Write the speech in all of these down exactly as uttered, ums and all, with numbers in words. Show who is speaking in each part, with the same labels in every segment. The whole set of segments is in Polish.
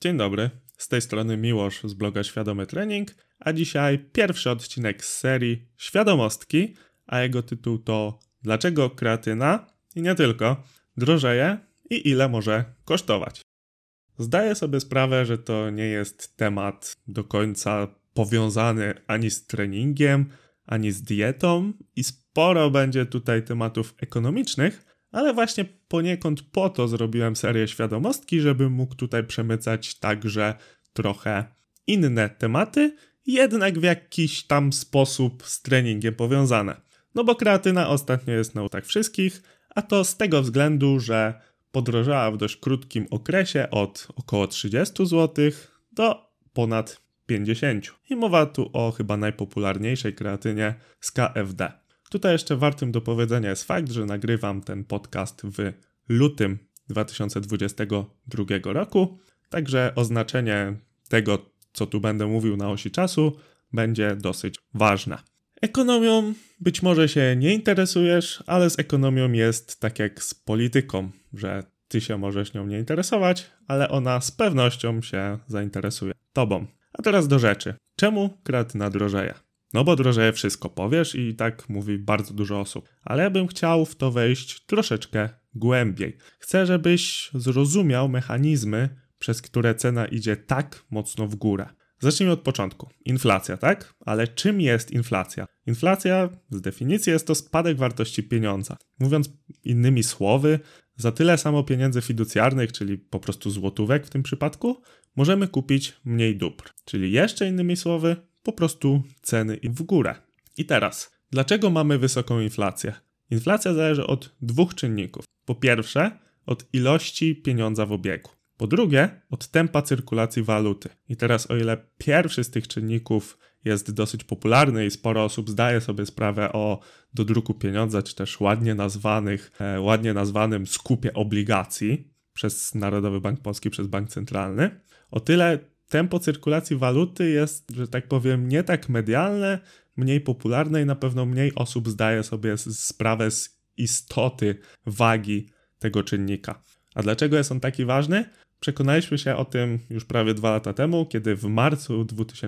Speaker 1: Dzień dobry, z tej strony Miłosz z bloga Świadomy Trening, a dzisiaj pierwszy odcinek z serii Świadomostki, a jego tytuł to Dlaczego kreatyna i nie tylko drożeje i ile może kosztować. Zdaję sobie sprawę, że to nie jest temat do końca powiązany ani z treningiem, ani z dietą i sporo będzie tutaj tematów ekonomicznych, ale właśnie poniekąd po to zrobiłem serię Świadomostki, żebym mógł tutaj przemycać także trochę inne tematy, jednak w jakiś tam sposób z treningiem powiązane. No bo kreatyna ostatnio jest na ustach wszystkich, a to z tego względu, że podrożała w dość krótkim okresie od około trzydziestu złotych do ponad pięćdziesięciu. I mowa tu o chyba najpopularniejszej kreatynie z K F D. Tutaj jeszcze wartym do powiedzenia jest fakt, że nagrywam ten podcast w lutym dwa tysiące dwudziestego drugiego roku, także oznaczenie tego, co tu będę mówił na osi czasu, będzie dosyć ważne. Ekonomią być może się nie interesujesz, ale z ekonomią jest tak jak z polityką, że ty się możesz nią nie interesować, ale ona z pewnością się zainteresuje tobą. A teraz do rzeczy. Czemu kreatyna drożeje? No bo drożeje wszystko, powiesz, i tak mówi bardzo dużo osób. Ale ja bym chciał w to wejść troszeczkę głębiej. Chcę, żebyś zrozumiał mechanizmy, przez które cena idzie tak mocno w górę. Zacznijmy od początku. Inflacja, tak? Ale czym jest inflacja? Inflacja z definicji jest to spadek wartości pieniądza. Mówiąc innymi słowy, za tyle samo pieniędzy fiducjarnych, czyli po prostu złotówek w tym przypadku, możemy kupić mniej dóbr. Czyli jeszcze innymi słowy, po prostu ceny w górę. I teraz, dlaczego mamy wysoką inflację? Inflacja zależy od dwóch czynników. Po pierwsze, od ilości pieniądza w obiegu. Po drugie, od tempa cyrkulacji waluty. I teraz o ile pierwszy z tych czynników jest dosyć popularny i sporo osób zdaje sobie sprawę o dodruku pieniądza, czy też ładnie nazwanych, e, ładnie nazwanym skupie obligacji przez Narodowy Bank Polski, przez Bank Centralny, o tyle tempo cyrkulacji waluty jest, że tak powiem, nie tak medialne, mniej popularne i na pewno mniej osób zdaje sobie sprawę z istoty wagi tego czynnika. A dlaczego jest on taki ważny? Przekonaliśmy się o tym już prawie dwa lata temu, kiedy w marcu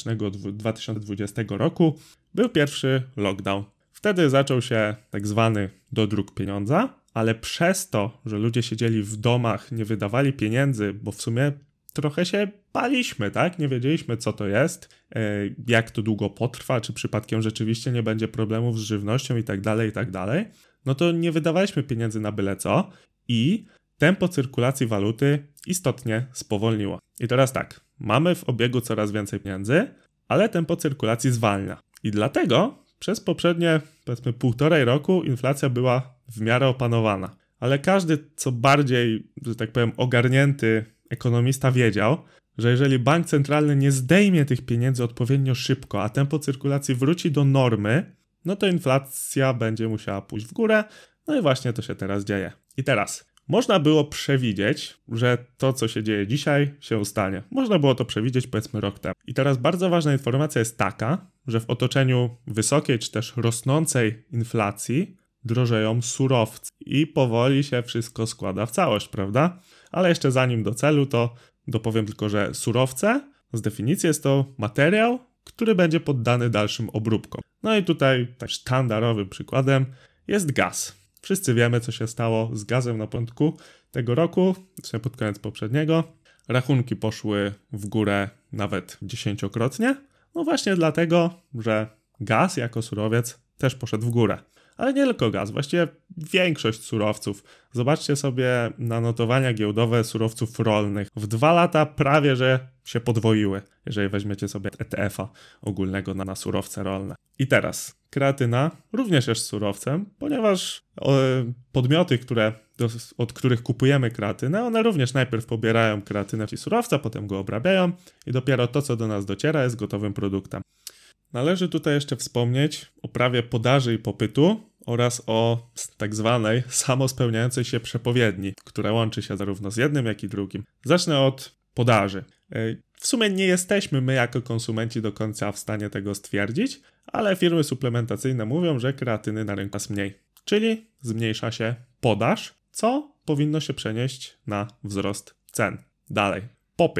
Speaker 1: dwa tysiące dwudziestego roku był pierwszy lockdown. Wtedy zaczął się tak zwany dodruk pieniądza, ale przez to, że ludzie siedzieli w domach, nie wydawali pieniędzy, bo w sumie trochę się baliśmy, tak? Nie wiedzieliśmy, co to jest, jak to długo potrwa, czy przypadkiem rzeczywiście nie będzie problemów z żywnością i tak dalej, i tak dalej. No to nie wydawaliśmy pieniędzy na byle co i tempo cyrkulacji waluty istotnie spowolniło. I teraz tak, mamy w obiegu coraz więcej pieniędzy, ale tempo cyrkulacji zwalnia. I dlatego przez poprzednie, powiedzmy, półtorej roku inflacja była w miarę opanowana. Ale każdy, co bardziej, że tak powiem, ogarnięty ekonomista wiedział, że jeżeli bank centralny nie zdejmie tych pieniędzy odpowiednio szybko, a tempo cyrkulacji wróci do normy, no to inflacja będzie musiała pójść w górę, no i właśnie to się teraz dzieje. I teraz, można było przewidzieć, że to, co się dzieje dzisiaj, się stanie. Można było to przewidzieć, powiedzmy, rok temu. I teraz bardzo ważna informacja jest taka, że w otoczeniu wysokiej czy też rosnącej inflacji drożeją surowce i powoli się wszystko składa w całość, prawda? Ale jeszcze zanim do celu, to dopowiem tylko, że surowce z definicji jest to materiał, który będzie poddany dalszym obróbkom. No i tutaj tak sztandarowym przykładem jest gaz. Wszyscy wiemy, co się stało z gazem na początku tego roku, czy pod koniec poprzedniego. Rachunki poszły w górę nawet dziesięciokrotnie. No właśnie dlatego, że gaz jako surowiec też poszedł w górę. Ale nie tylko gaz, właściwie większość surowców. Zobaczcie sobie na notowania giełdowe surowców rolnych. W dwa lata prawie, że się podwoiły, jeżeli weźmiecie sobie E T F a ogólnego na, na surowce rolne. I teraz kreatyna również jest surowcem, ponieważ o, podmioty, które, do, od których kupujemy kreatynę, one również najpierw pobierają kreatynę i surowca, potem go obrabiają i dopiero to, co do nas dociera, jest gotowym produktem. Należy tutaj jeszcze wspomnieć o prawie podaży i popytu oraz o tak zwanej samospełniającej się przepowiedni, która łączy się zarówno z jednym, jak i drugim. Zacznę od podaży. W sumie nie jesteśmy my jako konsumenci do końca w stanie tego stwierdzić, ale firmy suplementacyjne mówią, że kreatyny na rynku jest mniej. Czyli zmniejsza się podaż, co powinno się przenieść na wzrost cen. Dalej. Popyt.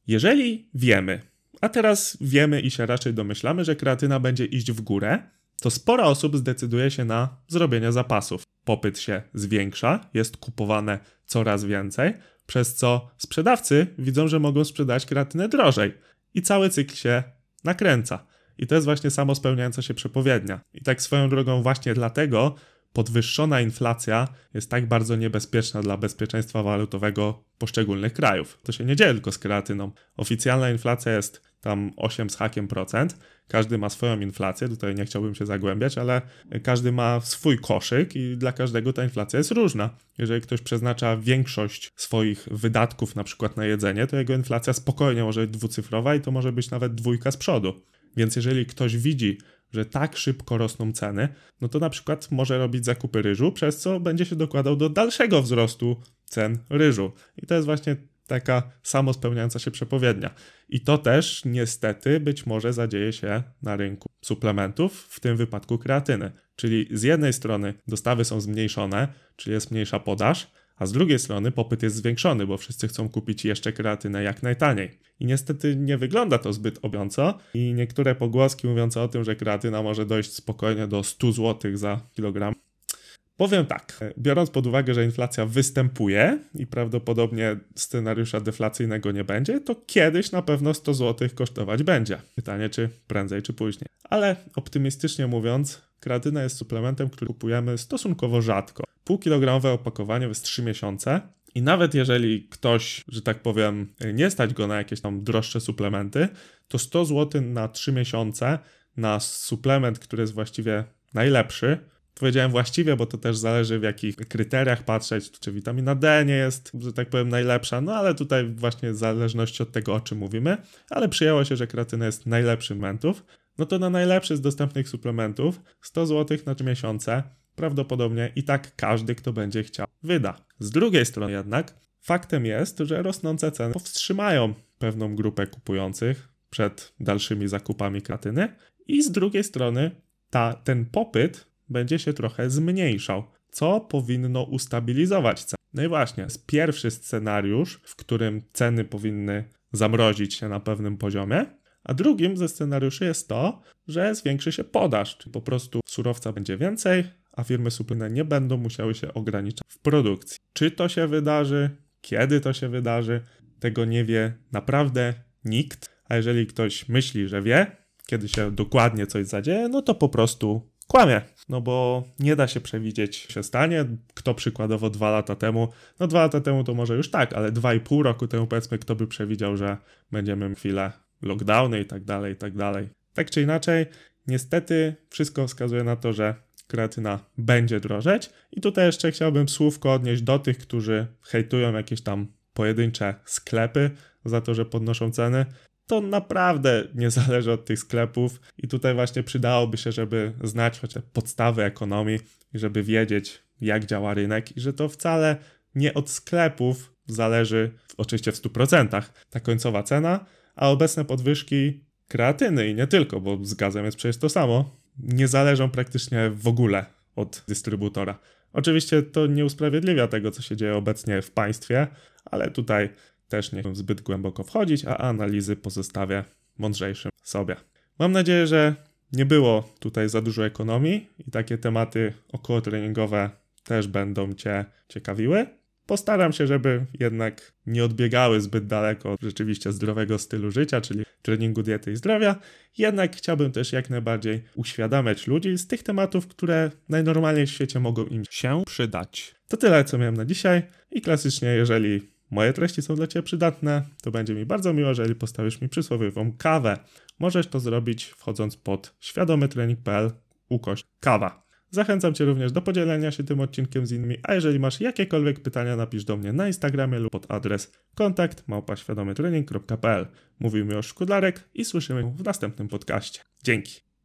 Speaker 1: Jeżeli wiemy, a teraz wiemy i się raczej domyślamy, że kreatyna będzie iść w górę, to sporo osób zdecyduje się na zrobienie zapasów. Popyt się zwiększa, jest kupowane coraz więcej, przez co sprzedawcy widzą, że mogą sprzedać kreatynę drożej i cały cykl się nakręca. I to jest właśnie samo spełniająca się przepowiednia. I tak swoją drogą właśnie dlatego podwyższona inflacja jest tak bardzo niebezpieczna dla bezpieczeństwa walutowego poszczególnych krajów. To się nie dzieje tylko z kreatyną. Oficjalna inflacja jest tam osiem z hakiem procent. Każdy ma swoją inflację, tutaj nie chciałbym się zagłębiać, ale każdy ma swój koszyk i dla każdego ta inflacja jest różna. Jeżeli ktoś przeznacza większość swoich wydatków na przykład na jedzenie, to jego inflacja spokojnie może być dwucyfrowa i to może być nawet dwójka z przodu. Więc jeżeli ktoś widzi, że tak szybko rosną ceny, no to na przykład może robić zakupy ryżu, przez co będzie się dokładał do dalszego wzrostu cen ryżu. I to jest właśnie taka samo spełniająca się przepowiednia. I to też niestety być może zadzieje się na rynku suplementów, w tym wypadku kreatyny. Czyli z jednej strony dostawy są zmniejszone, czyli jest mniejsza podaż, a z drugiej strony popyt jest zwiększony, bo wszyscy chcą kupić jeszcze kreatynę jak najtaniej. I niestety nie wygląda to zbyt obiecująco i niektóre pogłoski mówiące o tym, że kreatyna może dojść spokojnie do stu złotych za kilogram. Powiem tak, biorąc pod uwagę, że inflacja występuje i prawdopodobnie scenariusza deflacyjnego nie będzie, to kiedyś na pewno sto złotych kosztować będzie. Pytanie, czy prędzej, czy później. Ale optymistycznie mówiąc, kreatyna jest suplementem, który kupujemy stosunkowo rzadko. Półkilogramowe opakowanie jest trzy miesiące i nawet jeżeli ktoś, że tak powiem, nie stać go na jakieś tam droższe suplementy, to sto złotych na trzy miesiące na suplement, który jest właściwie najlepszy. Powiedziałem właściwie, bo to też zależy w jakich kryteriach patrzeć, czy witamina D nie jest, że tak powiem, najlepsza, no ale tutaj właśnie w zależności od tego, o czym mówimy, ale przyjęło się, że kreatyna jest najlepszym suplementów, no to na najlepszy z dostępnych suplementów sto złotych na trzy miesiące prawdopodobnie i tak każdy, kto będzie chciał, wyda. Z drugiej strony jednak faktem jest, że rosnące ceny powstrzymają pewną grupę kupujących przed dalszymi zakupami kreatyny i z drugiej strony ta, ten popyt będzie się trochę zmniejszał, co powinno ustabilizować ceny. No i właśnie, jest pierwszy scenariusz, w którym ceny powinny zamrozić się na pewnym poziomie, a drugim ze scenariuszy jest to, że zwiększy się podaż, czyli po prostu surowca będzie więcej, a firmy suplementowe nie będą musiały się ograniczać w produkcji. Czy to się wydarzy? Kiedy to się wydarzy? Tego nie wie naprawdę nikt, a jeżeli ktoś myśli, że wie, kiedy się dokładnie coś zadzieje, no to po prostu kłamie, no bo nie da się przewidzieć, co się stanie. Kto przykładowo dwa lata temu, no dwa lata temu to może już tak, ale dwa i pół roku temu powiedzmy, kto by przewidział, że będziemy chwilę lockdowny i tak dalej, i tak dalej. Tak czy inaczej, niestety wszystko wskazuje na to, że kreatyna będzie drożeć i tutaj jeszcze chciałbym słówko odnieść do tych, którzy hejtują jakieś tam pojedyncze sklepy za to, że podnoszą ceny. To naprawdę nie zależy od tych sklepów i tutaj właśnie przydałoby się, żeby znać chociaż podstawy ekonomii i żeby wiedzieć, jak działa rynek i że to wcale nie od sklepów zależy, oczywiście w stu procentach, ta końcowa cena, a obecne podwyżki kreatyny i nie tylko, bo z gazem jest przecież to samo, nie zależą praktycznie w ogóle od dystrybutora. Oczywiście to nie usprawiedliwia tego, co się dzieje obecnie w państwie, ale tutaj też nie chcę zbyt głęboko wchodzić, a analizy pozostawię mądrzejszym sobie. Mam nadzieję, że nie było tutaj za dużo ekonomii i takie tematy okołotreningowe też będą Cię ciekawiły. Postaram się, żeby jednak nie odbiegały zbyt daleko od rzeczywiście zdrowego stylu życia, czyli treningu, diety i zdrowia. Jednak chciałbym też jak najbardziej uświadamiać ludzi z tych tematów, które najnormalniej w świecie mogą im się przydać. To tyle, co miałem na dzisiaj i klasycznie, jeżeli moje treści są dla Ciebie przydatne, to będzie mi bardzo miło, jeżeli postawisz mi przysłowiową kawę. Możesz to zrobić wchodząc pod świadomytrening kropka p l ukośnik kawa. Zachęcam Cię również do podzielenia się tym odcinkiem z innymi, a jeżeli masz jakiekolwiek pytania, napisz do mnie na Instagramie lub pod adres kontakt małpa świadomytrening kropka p l. Mówił Miłosz Szkudlarek i słyszymy się w następnym podcaście. Dzięki.